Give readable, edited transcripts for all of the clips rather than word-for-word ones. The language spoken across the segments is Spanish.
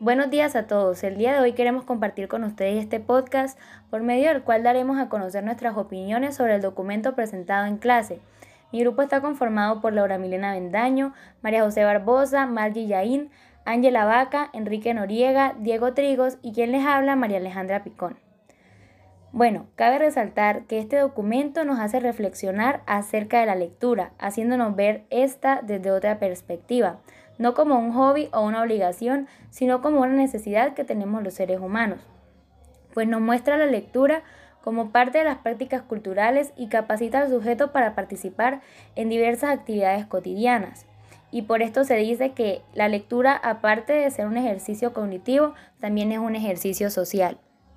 Buenos días a todos. El día de hoy queremos compartir con ustedes este podcast por medio del cual daremos a conocer nuestras opiniones sobre el documento presentado en clase. Mi grupo está conformado por Laura Milena Bendaño, María José Barbosa, Margie Yaín, Ángela Vaca, Enrique Noriega, Diego Trigos y quien les habla, María Alejandra Picón. Bueno, cabe resaltar que este documento nos hace reflexionar acerca de la lectura, haciéndonos ver esta desde otra perspectiva, no como un hobby o una obligación, sino como una necesidad que tenemos los seres humanos, pues nos muestra la lectura como parte de las prácticas culturales y capacita al sujeto para participar en diversas actividades cotidianas. Y por esto se dice que la lectura, aparte de ser un ejercicio cognitivo, también es un ejercicio social.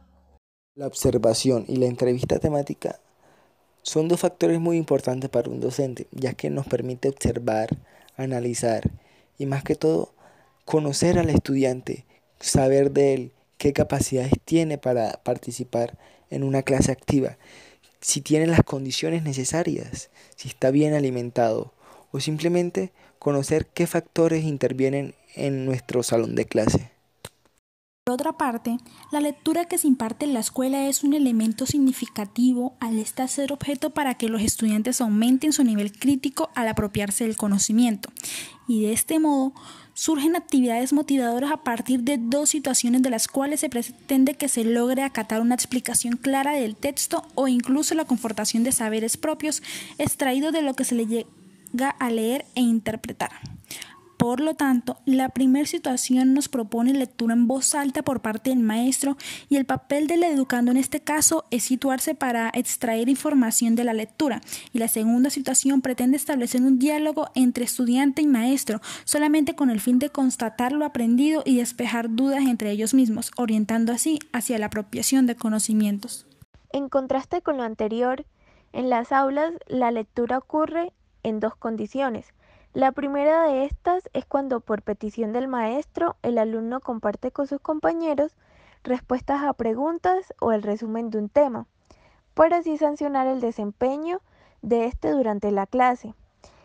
La observación y la entrevista temática son dos factores muy importantes para un docente, ya que nos permite observar, analizar y más que todo conocer al estudiante, saber de él qué capacidades tiene para participar en una clase activa, si tiene las condiciones necesarias, si está bien alimentado o simplemente conocer qué factores intervienen en nuestro salón de clase. Por otra parte, la lectura que se imparte en la escuela es un elemento significativo al ser objeto para que los estudiantes aumenten su nivel crítico al apropiarse del conocimiento. Y de este modo, surgen actividades motivadoras a partir de dos situaciones de las cuales se pretende que se logre acatar una explicación clara del texto o incluso la confortación de saberes propios extraídos de lo que se le llega a leer e interpretar. Por lo tanto, la primera situación nos propone lectura en voz alta por parte del maestro y el papel del educando en este caso es situarse para extraer información de la lectura. Y la segunda situación pretende establecer un diálogo entre estudiante y maestro, solamente con el fin de constatar lo aprendido y despejar dudas entre ellos mismos, orientando así hacia la apropiación de conocimientos. En contraste con lo anterior, en las aulas la lectura ocurre en dos condiciones. La primera de estas es cuando por petición del maestro el alumno comparte con sus compañeros respuestas a preguntas o el resumen de un tema, para así sancionar el desempeño de este durante la clase.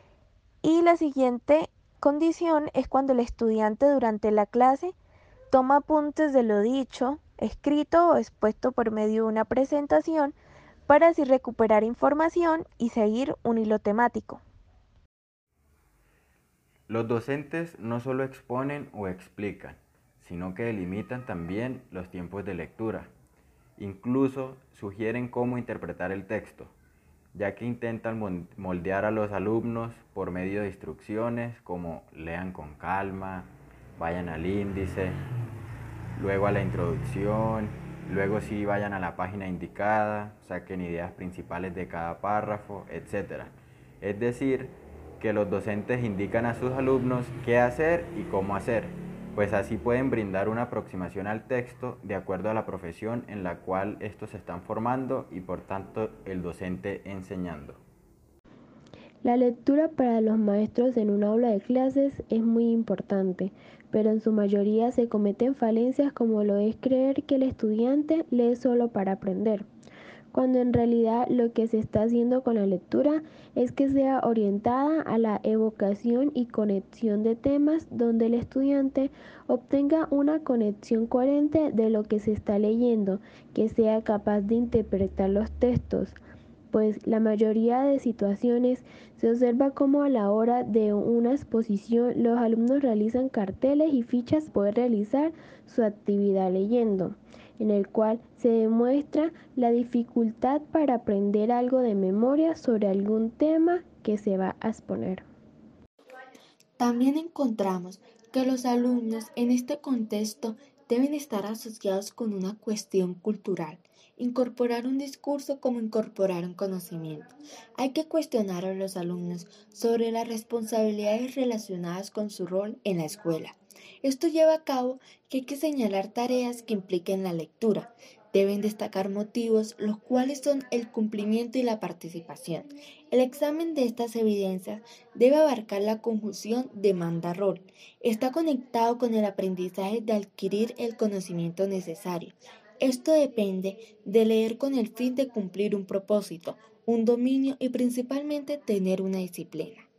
Y la siguiente condición es cuando el estudiante durante la clase toma apuntes de lo dicho, escrito o expuesto por medio de una presentación para así recuperar información y seguir un hilo temático. Los docentes no solo exponen o explican, sino que delimitan también los tiempos de lectura. Incluso sugieren cómo interpretar el texto, ya que intentan moldear a los alumnos por medio de instrucciones como lean con calma, vayan al índice, luego a la introducción, luego sí vayan a la página indicada, saquen ideas principales de cada párrafo, etc. Es decir, que los docentes indican a sus alumnos qué hacer y cómo hacer, pues así pueden brindar una aproximación al texto de acuerdo a la profesión en la cual estos se están formando y por tanto el docente enseñando. La lectura para los maestros en un aula de clases es muy importante, pero en su mayoría se cometen falencias como lo es creer que el estudiante lee solo para aprender, cuando en realidad lo que se está haciendo con la lectura es que sea orientada a la evocación y conexión de temas donde el estudiante obtenga una conexión coherente de lo que se está leyendo, que sea capaz de interpretar los textos, pues la mayoría de situaciones se observa como a la hora de una exposición los alumnos realizan carteles y fichas para poder realizar su actividad leyendo, en el cual se demuestra la dificultad para aprender algo de memoria sobre algún tema que se va a exponer. También encontramos que los alumnos en este contexto deben estar asociados con una cuestión cultural. Incorporar un discurso como incorporar un conocimiento. Hay que cuestionar a los alumnos sobre las responsabilidades relacionadas con su rol en la escuela. Esto lleva a cabo que hay que señalar tareas que impliquen la lectura. Deben destacar motivos, los cuales son el cumplimiento y la participación. El examen de estas evidencias debe abarcar la conjunción demanda-rol. Está conectado con el aprendizaje de adquirir el conocimiento necesario. Esto depende de leer con el fin de cumplir un propósito, un dominio y principalmente tener una disciplina.